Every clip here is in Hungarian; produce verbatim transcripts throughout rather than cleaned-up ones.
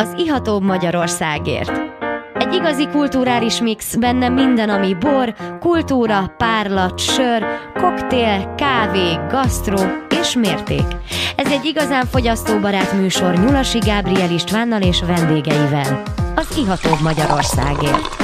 az ihatóbb Magyarországért. Egy igazi kulturális mix, benne minden, ami bor, kultúra, párlat, sör, koktél, kávé, gasztró és mérték. Ez egy igazán fogyasztóbarát műsor Nyulasi Gábriel Istvánnal és vendégeivel. Az ihatóbb Magyarországért.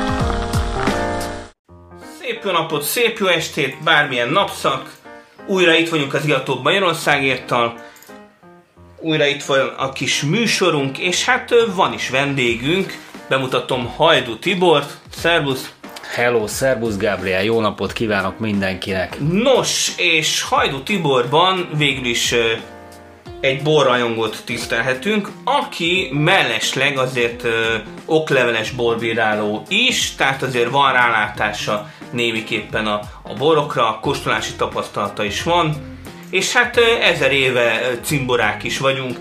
Szép jó napot, szép jó estét, bármilyen napszak. Újra itt vagyunk az ihatóbb Magyarországérttal. Újra itt van a kis műsorunk, és hát van is vendégünk. Bemutatom Hajdú Tibort. Szervusz! Hello, szervusz Gábriel, jó napot kívánok mindenkinek! Nos, és Hajdú Tiborban végül is egy borrajongót tisztelhetünk, aki mellesleg azért ö, okleveles borbíráló is, tehát azért van rálátása némiképpen a, a borokra, kóstolási tapasztalata is van, és hát ö, ezer éve ö, cimborák is vagyunk.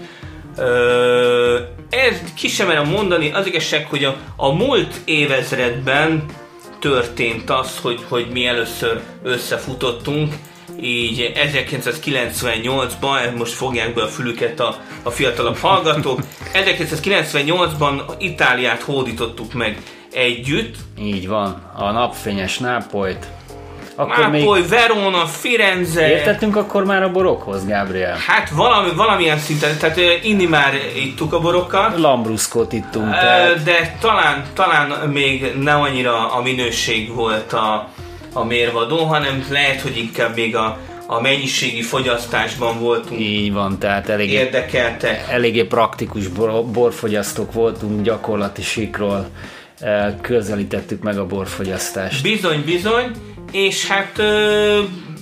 Ö, ez ki sem merem mondani, az igazság, hogy a, a múlt évezredben történt az, hogy, hogy mi először összefutottunk, így ezerkilencszázkilencvennyolcban, most fogják be a fülüket a, a fiatalabb hallgatók, ezerkilencszázkilencvennyolcban Itáliát hódítottuk meg együtt. Így van, a napfényes Nápolyt. Akkor Nápoly, még... Verona, Firenze... Értettünk akkor már a borokhoz, Gábriel? Hát valami, valamilyen szinten, tehát inni már ittuk a borokat. Lambruscot ittunk, tehát... De talán, talán még nem annyira a minőség volt a, a mérvadó, hanem lehet, hogy inkább még a, a mennyiségi fogyasztásban voltunk. Így van, tehát eléggé, érdekeltek. Eléggé praktikus bor, borfogyasztók voltunk, gyakorlati síkról közelítettük meg a borfogyasztást. Bizony, bizony. És hát ö,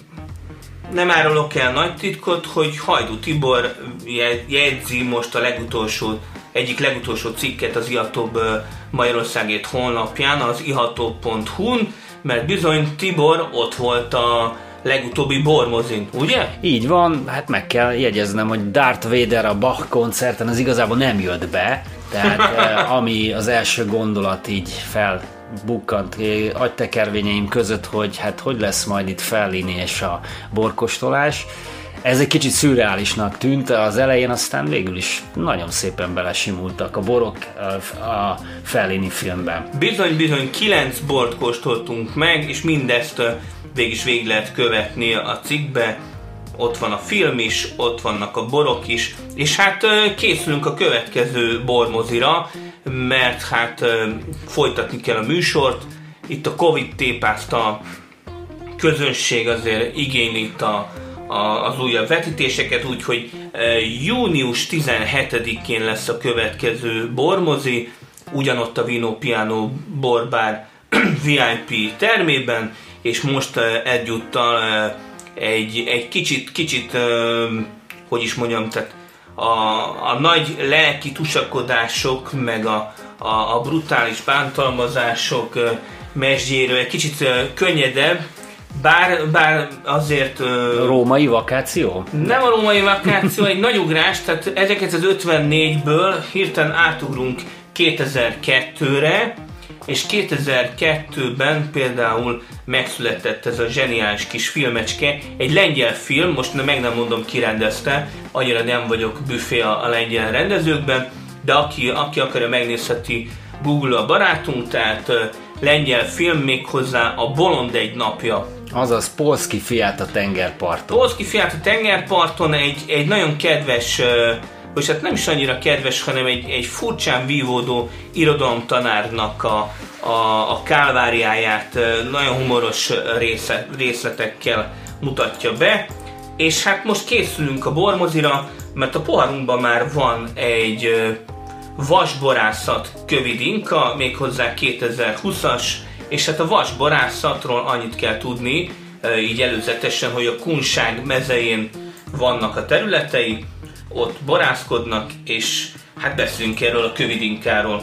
nem árulok el nagy titkot, hogy Hajdú Tibor jegyzi most a legutolsó, egyik legutolsó cikket az Ihatóbb Magyarországért honlapján, az ihatóbb pont hu-n, mert bizony Tibor ott volt a legutóbbi bormozin, ugye? Így van, hát meg kell jegyeznem, hogy Darth Vader a Bach koncerten az igazából nem jött be, tehát ami az első gondolat így fel bukkant agytekervényeim között, hogy hát hogy lesz majd itt Fellini és a borkostolás. Ez egy kicsit szürreálisnak tűnt az elején, aztán végül is nagyon szépen belesimultak a borok a Fellini filmben. Bizony-bizony kilenc bort kóstoltunk meg, és mindezt végig is végig lehet követni a cikkbe. Ott van a film is, ott vannak a borok is, és hát készülünk a következő bormozira, mert hát folytatni kell a műsort. Itt a Covid tépázta a közönség, azért igényli itt a, a, az újabb vetítéseket, úgyhogy június tizenhetedikén lesz a következő bormozi, ugyanott a Vino Piano borbár vé i pé termében, és most egyúttal egy, egy kicsit, kicsit, hogy is mondjam, tehát A, a nagy lelki tusakodások, meg a, a, a brutális bántalmazások mesdjéről egy kicsit uh, könnyedebb, bár, bár azért... Uh, római vakáció? Nem a római vakáció, egy nagy ugrás, tehát ezerkilencszázötvennégyből hirtelen átugrunk kétezer-kettőre, és kétezer-kettőben például megszületett ez a zseniális kis filmecske, egy lengyel film, most meg nem mondom ki rendezte, annyira nem vagyok büfé a, a lengyel rendezőkben, de aki, aki akarja, megnézheti Google a barátunk, tehát uh, lengyel film, méghozzá a Bolond egy napja. Azaz Polszki fiát a tengerparton. Polszki fiát a tengerparton egy, egy nagyon kedves, uh, és hát nem is annyira kedves, hanem egy, egy furcsán vívódó irodalomtanárnak a, a, a kálváriáját nagyon humoros része, részletekkel mutatja be. És hát most készülünk a bormozira, mert a poharunkban már van egy vasborászat kövidinka, méghozzá kétezer-húszas, és hát a vasborászatról annyit kell tudni, így előzetesen, hogy a Kunság mezején vannak a területei, ott borászkodnak, és hát beszélünk erről a kövidinkáról.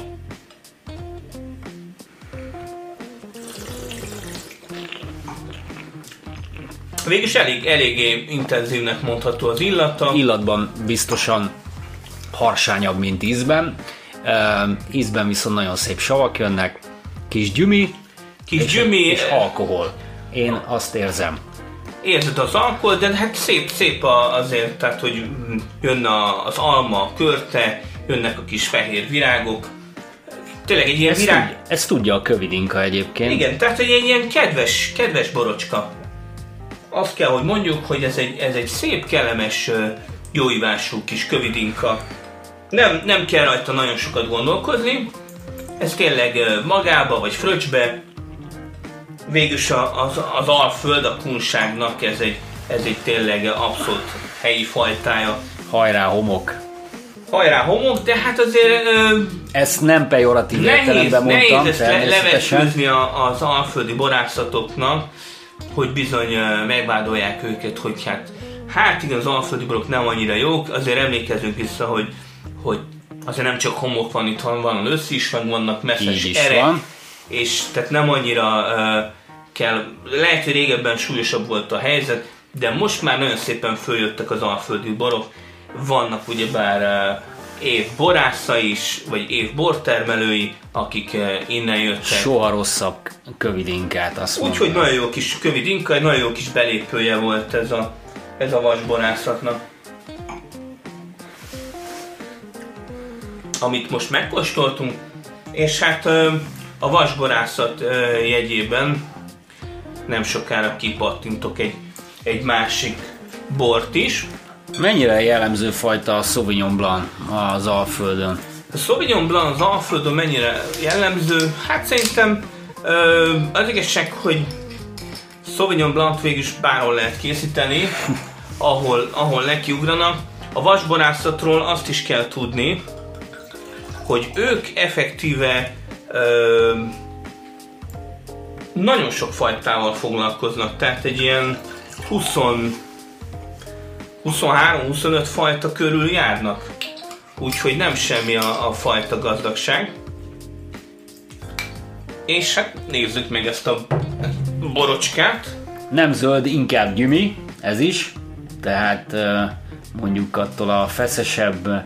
Végülis elég, eléggé intenzívnek mondható az illata. Illatban biztosan harsányabb, mint ízben. Uh, ízben viszont nagyon szép savak jönnek, kis gyümi, kis és, gyümi és alkohol. Én azt érzem. érzed az alkohol, de hát szép, szép azért, tehát hogy jön az alma, a körte, jönnek a kis fehér virágok. Tényleg egy ilyen ezt virág... Tudja, ezt tudja a kövidinka egyébként. Igen, tehát hogy egy ilyen kedves, kedves borocska. Azt kell, hogy mondjuk, hogy ez egy, ez egy szép, kellemes, jóívású kis kövidinka. Nem, nem kell rajta nagyon sokat gondolkozni. Ez tényleg magába vagy fröccsbe. Végülis az, az Alföld, a kunságnak ez egy, ez egy tényleg abszolút helyi fajtája. Hajrá homok! Hajrá homok, de hát azért... Ö, ezt nem pejoratív értelemben mondtam, nehéz ezt levetkőzni az alföldi borászatoknak, hogy bizony megvádolják őket, hogy hát, hát igen, az alföldi borok nem annyira jók, azért emlékezzünk vissza, hogy, hogy azért nem csak homok van, itt van, van összi is, meg vannak messzes erek, van. És tehát nem annyira uh, kell, lehet, hogy régebben súlyosabb volt a helyzet, de most már nagyon szépen följöttek az alföldi borok, vannak ugyebár uh, év borásza is, vagy év bortermelői, akik uh, innen jöttek. Soha rosszabb kövidinkát, azt mondom. Úgyhogy nagyon jó kis kövidinka, egy nagyon jó kis belépője volt ez a, ez a vasborászatnak. Amit most megkóstoltunk, és hát uh, a vasborászat uh, jegyében nem sokára kipattintok egy, egy másik bort is. Mennyire jellemző fajta a Sauvignon Blanc az Alföldön? A Sauvignon Blanc az Alföldön mennyire jellemző? Hát szerintem az igazság, hogy Sauvignon Blanc végül is bárhol lehet készíteni, ahol, ahol nekiugranak. A vasborászatról azt is kell tudni, hogy ők effektíve ö, nagyon sok fajtával foglalkoznak, tehát egy ilyen húsz huszonhárom-huszonöt fajta körül járnak. Úgyhogy nem semmi a, a fajta gazdagság. És hát nézzük meg ezt a borocskát. Nem zöld, inkább gyümi, ez is. Tehát mondjuk attól a feszesebb,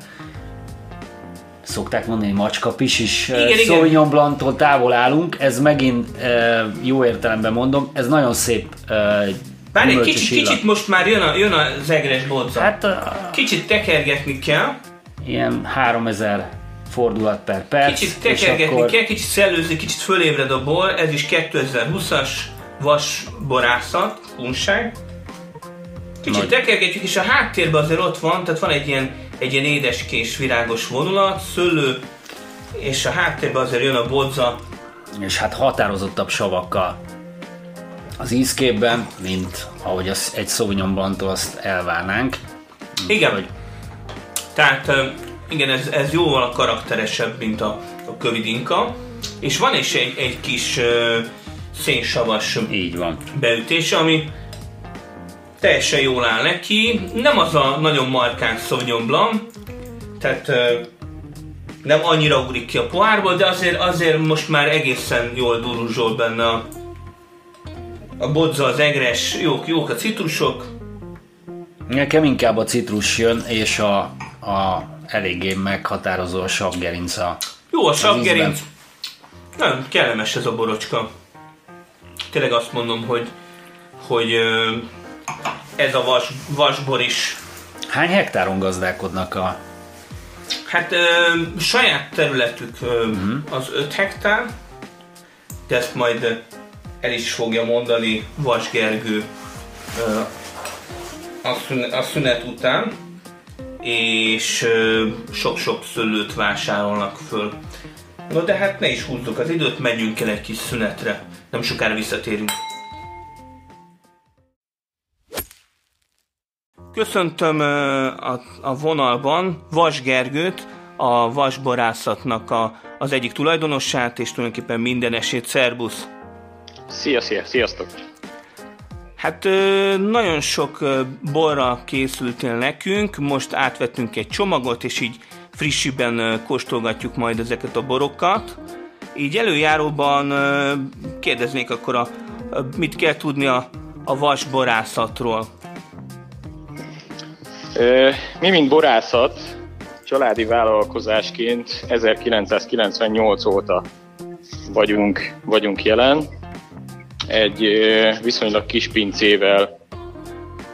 szokták mondani, macskapis is Sauvignon Blanctól távol állunk. Ez megint jó értelemben mondom, ez nagyon szép. Bár egy kicsit, kicsit most már jön, a, jön az egres bodza. Hát a... Kicsit tekergetni kell. Ilyen háromezer fordulat per perc. Kicsit tekergetni akkor... kell, kicsit szellőzni, kicsit fölébred a bor. Ez is kétezer-húszas vasborászat, kunság. Kicsit Nagy. tekergetjük, és a háttérben azért ott van, tehát van egy ilyen, egy ilyen édeskés, virágos vonulat, szőlő, és a háttérben azért jön a bodza. És hát határozottabb savakkal az ízképben, mint ahogy az egy Sauvignon Blanctól azt elvárnánk. Igen, hogy... tehát igen, ez, ez jóval karakteresebb, mint a, a kövidinka, és van is egy, egy kis uh, szénsavas Így van. beütése, ami teljesen jól áll neki. Nem az a nagyon markáns Sauvignon Blanc, tehát uh, nem annyira ugrik ki a pohárból, de azért, azért most már egészen jól duruzsol benne a A bodza, az egres, jók, jók a citrusok. Nekem inkább a citrus jön, és a, a eléggé meghatározó a savgerinca. Jó, a savgerinc. Nagyon kellemes ez a borocska. Tényleg azt mondom, hogy, hogy ez a vas, vasbor is. Hány hektáron gazdálkodnak a... Hát ö, saját területük ö, uh-huh. az öt hektár, de ezt majd el is fogja mondani Vas Gergő uh, a, szünet, a szünet után, és uh, sok-sok szőlőt vásárolnak föl. No de hát ne is húzzuk az időt, menjünk el egy kis szünetre, nem sokára visszatérünk. Köszöntöm uh, a, a vonalban Vas Gergőt, a vasborászatnak a, az egyik tulajdonosát, és tulajdonképpen mindenesét. Szerbusz! Szia, szia, sziasztok! Hát nagyon sok borra készültél nekünk, most átvettünk egy csomagot, és így frissiben kóstolgatjuk majd ezeket a borokat. Így előjáróban kérdeznék akkor, a, mit kell tudni a, a vasborászatról? Mi, mint borászat, családi vállalkozásként ezerkilencszázkilencvennyolc óta vagyunk, vagyunk jelen. Egy viszonylag kis pincével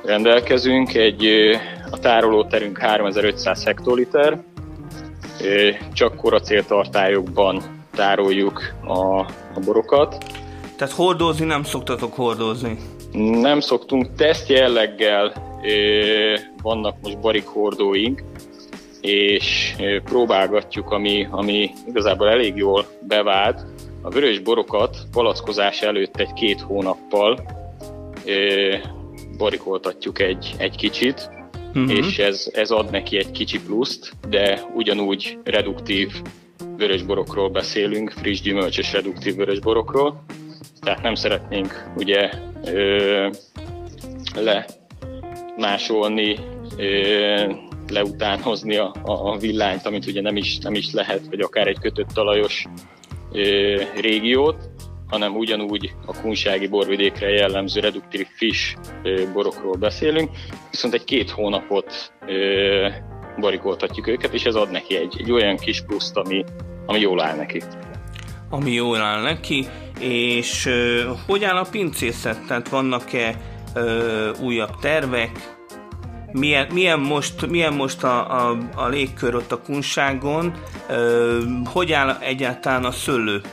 rendelkezünk. Egy, a tárolóterünk háromezer-ötszáz hektoliter, csak koracéltartályokban tároljuk a, a borokat. Tehát hordozni nem szoktatok hordozni? Nem szoktunk, teszt jelleggel vannak most barikhordóink, és próbálgatjuk, ami, ami igazából elég jól bevált. A vörös borokat palackozás előtt egy-két hónappal barikoltatjuk egy, egy kicsit, uh-huh. és ez, ez ad neki egy kicsi pluszt, de ugyanúgy reduktív vörösborokról beszélünk, friss gyümölcsös reduktív vörösborokról. Tehát nem szeretnénk ugye ö, lemásolni, ö, leutánozni a, a villanyt, amit ugye nem is, nem is lehet, vagy akár egy kötött talajos ö, régiót, hanem ugyanúgy a kunsági borvidékre jellemző reduktív friss ö, borokról beszélünk, viszont egy két hónapot ö, barikoltatjuk őket, és ez ad neki egy, egy olyan kis pluszt, ami, ami jól áll neki. Ami jól áll neki, és ö, hogy áll a pincészet? Tehát vannak-e ö, újabb tervek? Milyen, milyen, most, milyen most a, a, a légkör ott a kunságon? Ö, hogy áll egyáltalán a szőlő?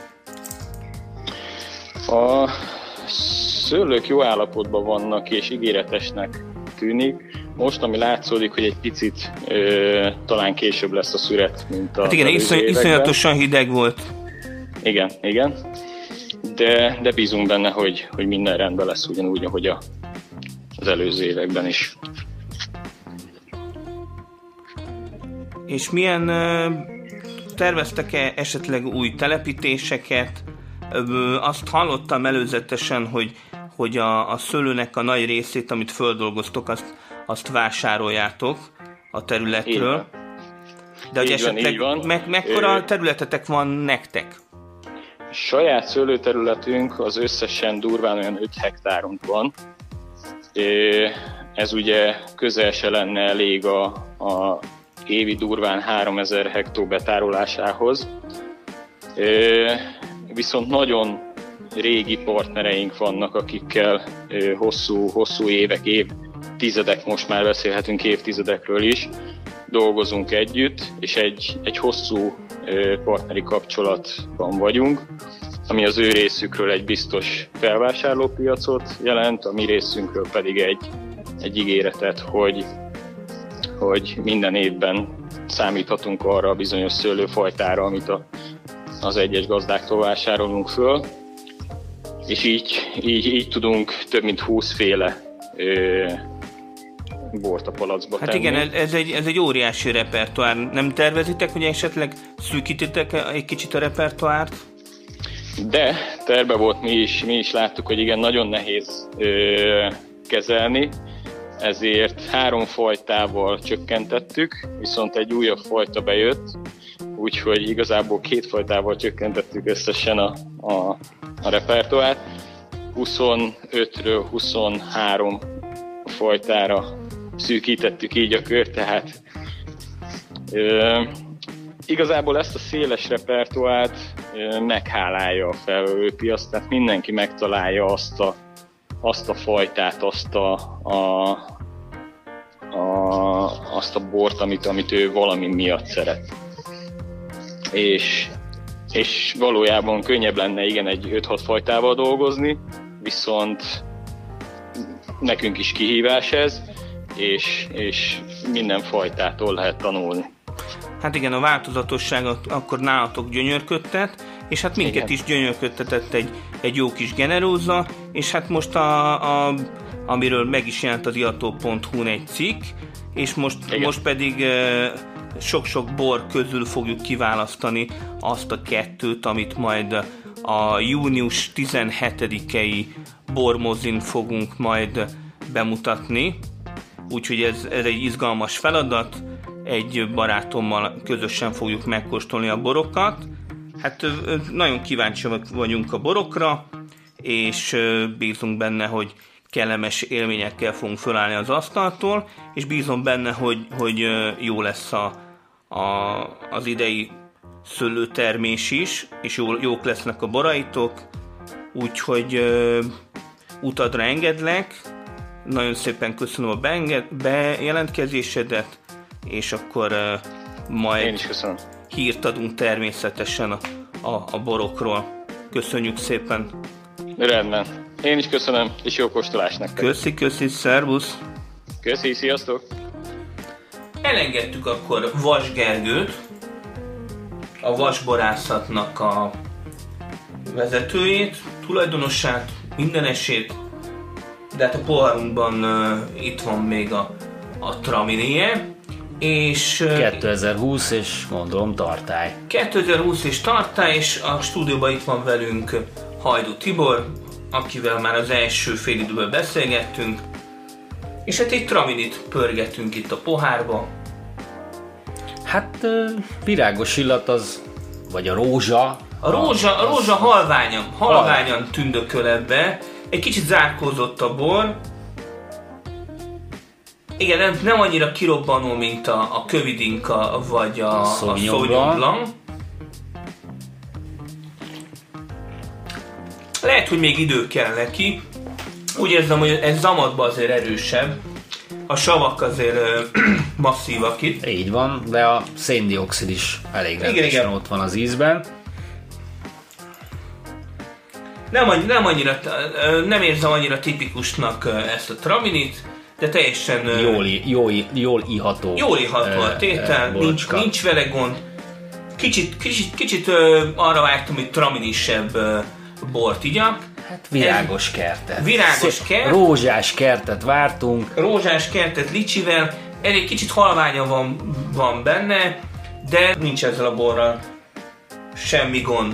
A szőlők jó állapotban vannak, és ígéretesnek tűnik. Most, ami látszódik, hogy egy picit ö, talán később lesz a szüret, mint a... Hát igen, iszony, iszonyatosan hideg volt. Igen, igen. De, de bízunk benne, hogy, hogy minden rendben lesz ugyanúgy, ahogy a, az előző években is. És milyen terveztek-e esetleg új telepítéseket? Azt hallottam előzetesen, hogy, hogy a, a szőlőnek a nagy részét, amit földolgoztok, azt, azt vásároljátok a területről. De hogy így esetleg van, van. Me, mekkora területetek van nektek? Saját szőlőterületünk az összesen durván olyan öt hektárunk van. Ez ugye közel se lenne elég a, a évi durván háromezer hektó betárolásához. Viszont nagyon régi partnereink vannak, akikkel hosszú, hosszú évek, évtizedek, most már beszélhetünk évtizedekről is, dolgozunk együtt, és egy, egy hosszú partneri kapcsolatban vagyunk, ami az ő részükről egy biztos felvásárlópiacot jelent, a mi részünkről pedig egy, egy ígéretet, hogy, hogy minden évben számíthatunk arra a bizonyos szőlőfajtára, amit a, az egyes gazdáktól vásárolunk föl, és így, így, így tudunk több mint húsz féle ö, bort a palacba hát tenni. Igen, ez egy, ez egy óriási repertoár. Nem tervezitek, hogy esetleg szűkítitek egy kicsit a repertoárt? De terve volt, mi is, mi is láttuk, hogy igen, nagyon nehéz ö, kezelni, ezért három fajtával csökkentettük, viszont egy újabb fajta bejött, úgyhogy igazából két fajtával csökkentettük összesen a, a, a repertoárt. huszonötről huszonhárom fajtára szűkítettük így a kört, tehát ö, igazából ezt a széles repertoárt ö, meghálálja a felvevőpiac, tehát mindenki megtalálja azt a, azt a fajtát, azt a, a, a, azt a bort, amit, amit ő valami miatt szeret. És, és valójában könnyebb lenne igen egy öt-hat fajtával dolgozni, viszont nekünk is kihívás ez, és, és minden fajtától lehet tanulni. Hát igen, a változatosság akkor nálatok gyönyörködtet, és hát minket igen. is gyönyörködtetett egy, egy jó kis generóza, és hát most a, a, amiről meg is jelent az iató pont hu-n egy cikk, és most, most pedig e, sok-sok bor közül fogjuk kiválasztani azt a kettőt, amit majd a június tizenhetedikei bormozin fogunk majd bemutatni. Úgyhogy ez, ez egy izgalmas feladat, egy barátommal közösen fogjuk megkóstolni a borokat. Hát nagyon kíváncsiak vagyunk a borokra, és bízunk benne, hogy kellemes élményekkel fogunk fölállni az asztaltól, és bízom benne, hogy, hogy jó lesz a, a, az idei szőlőtermés is, és jó, jók lesznek a boraitok, úgyhogy utadra engedlek, nagyon szépen köszönöm a beenge- bejelentkezésedet, és akkor uh, majd Én is köszönöm. hírt adunk természetesen a, a, a borokról. Köszönjük szépen! Rendben. Én is köszönöm, és jó kóstolást nektek. Köszi, köszi, szervusz! Köszi, sziasztok! Elengedtük akkor Vas Gergőt, a vasborászatnak a vezetőjét, tulajdonosát, mindenesét, de hát a poharunkban uh, itt van még a, a Traminie, és uh, kétezer-húsz és mondom tartály. kétezer-húsz és tartály, és a stúdióban itt van velünk Hajdú Tibor, akivel már az első fél időben beszélgettünk, és hát egy Traminit pörgetünk itt a pohárba. Hát uh, virágos illat az, vagy a rózsa. A rózsa, a rózsa halványan, halványan tündököl ebbe, egy kicsit zárkózott a bor. Igen, nem, nem annyira kirobbanó, mint a, a kövidinka vagy a, a Sauvignon Blanc. Lehet, hogy még idő kell neki. Úgy érzem, hogy ez zamatban azért erősebb. A savak azért masszívak itt. Így van, de a széndioxid is elég rendesen ott van az ízben. Nem, nem, annyira, nem érzem annyira tipikusnak ezt a Traminit, de teljesen jól, jól, jól iható. Jól iható a tétel, nincs, nincs vele gond. Kicsit, kicsit, kicsit arra vártam, hogy traminisebb bort igyak. Hát virágos kertet. Virágos Szép, kert. Rózsás kertet vártunk. Rózsás kertet licsivel. Elég kicsit halványa van, van benne, de nincs ezzel a borral semmi gond.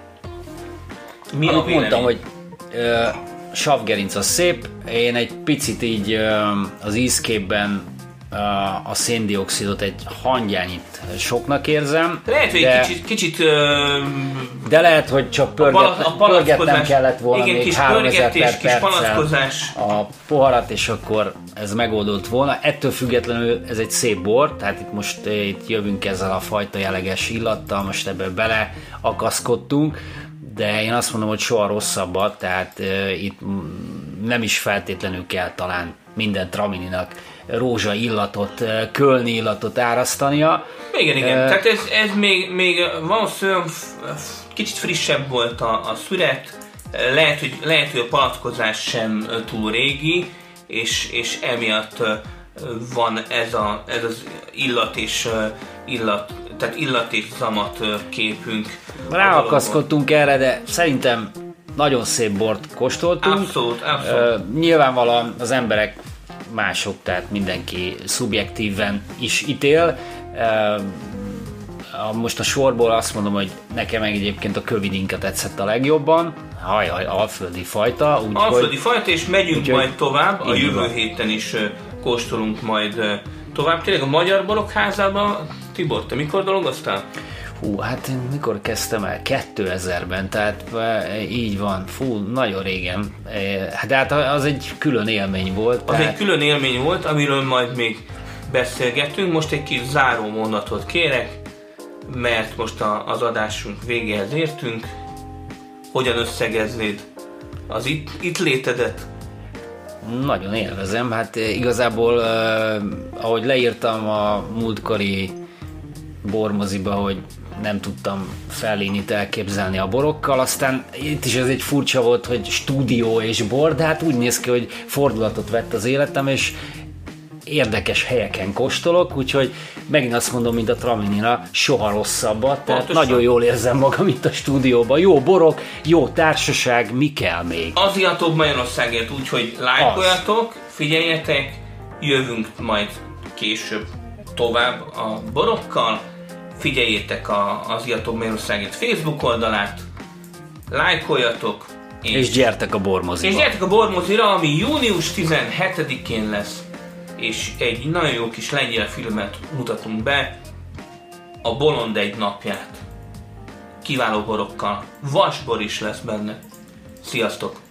Mi Amit a vélemény? mondtam, hogy ö, savgerinc az szép, én egy picit így ö, az ízképben ö, a széndioxidot egy hangyányit soknak érzem. Lehet, hogy de, egy kicsit, kicsit ö, de lehet, hogy csak pörget, pörgetnem kellett volna igen, még kis háromezer per perccel a poharat, és akkor ez megoldott volna. Ettől függetlenül ez egy szép bor, tehát itt most itt jövünk ezzel a fajta jelleges illattal, most ebbe beleakaszkodtunk, de én azt mondom, hogy soha rosszabbat, tehát uh, itt nem is feltétlenül kell talán minden Tramininak rózsa illatot, uh, kölni illatot árasztania. Igen, igen, Uh, tehát ez, ez még, még valószínűleg kicsit frissebb volt a, a szület, lehet hogy, lehet, hogy a palackozás sem túl régi, és, és emiatt van ez, a, ez az illat és illat, tehát illat és zamat képünk. Ráakaszkodtunk erre, de szerintem nagyon szép bort kóstoltunk. Abszolút, abszolút. Uh, nyilvánvalóan az emberek mások, tehát mindenki szubjektíven is ítél. Uh, most a sorból azt mondom, hogy nekem meg egyébként a kövidinka tetszett a legjobban. Hajjaj, alföldi fajta. Úgy, alföldi hogy, fajta, és megyünk úgy, majd tovább. A jövő van. héten is kóstolunk majd tovább. Tényleg a Magyar Borok Házában, Tibor, te mikor dolgoztál? Hú, hát én mikor kezdtem el? kétezerben, tehát így van. Fú, nagyon régen. De hát az egy külön élmény volt. Az tehát... egy külön élmény volt, amiről majd még beszélgetünk. Most egy kis záró mondatot kérek, mert most a, az adásunk végéhez értünk. Hogyan összegeznéd az itt, itt létedet? Nagyon élvezem, hát igazából eh, ahogy leírtam a múltkori bormoziba, hogy nem tudtam Fellinit elképzelni a borokkal, aztán itt is ez egy furcsa volt, hogy stúdió és bor, de hát úgy néz ki, hogy fordulatot vett az életem, és érdekes helyeken kóstolok, úgyhogy megint azt mondom, mint a Traminina, soha rosszabbat, tehát Pontosan. Nagyon jól érzem magam itt a stúdióban. Jó borok, jó társaság, mi kell még? Az Iatóbb Magyarországért, úgyhogy lájkoljatok, figyeljetek, jövünk majd később tovább a borokkal, figyeljétek a, az Iatóbb Magyarországért Facebook oldalát, lájkoljatok, és, és gyertek a bormoziba. És gyertek a bormozira, ami június tizenhetedikén lesz, és egy nagyon jó kis lengyel filmet mutatunk be, a Bolond egy napját. Kiváló borokkal. Vasbor is lesz benne. Sziasztok!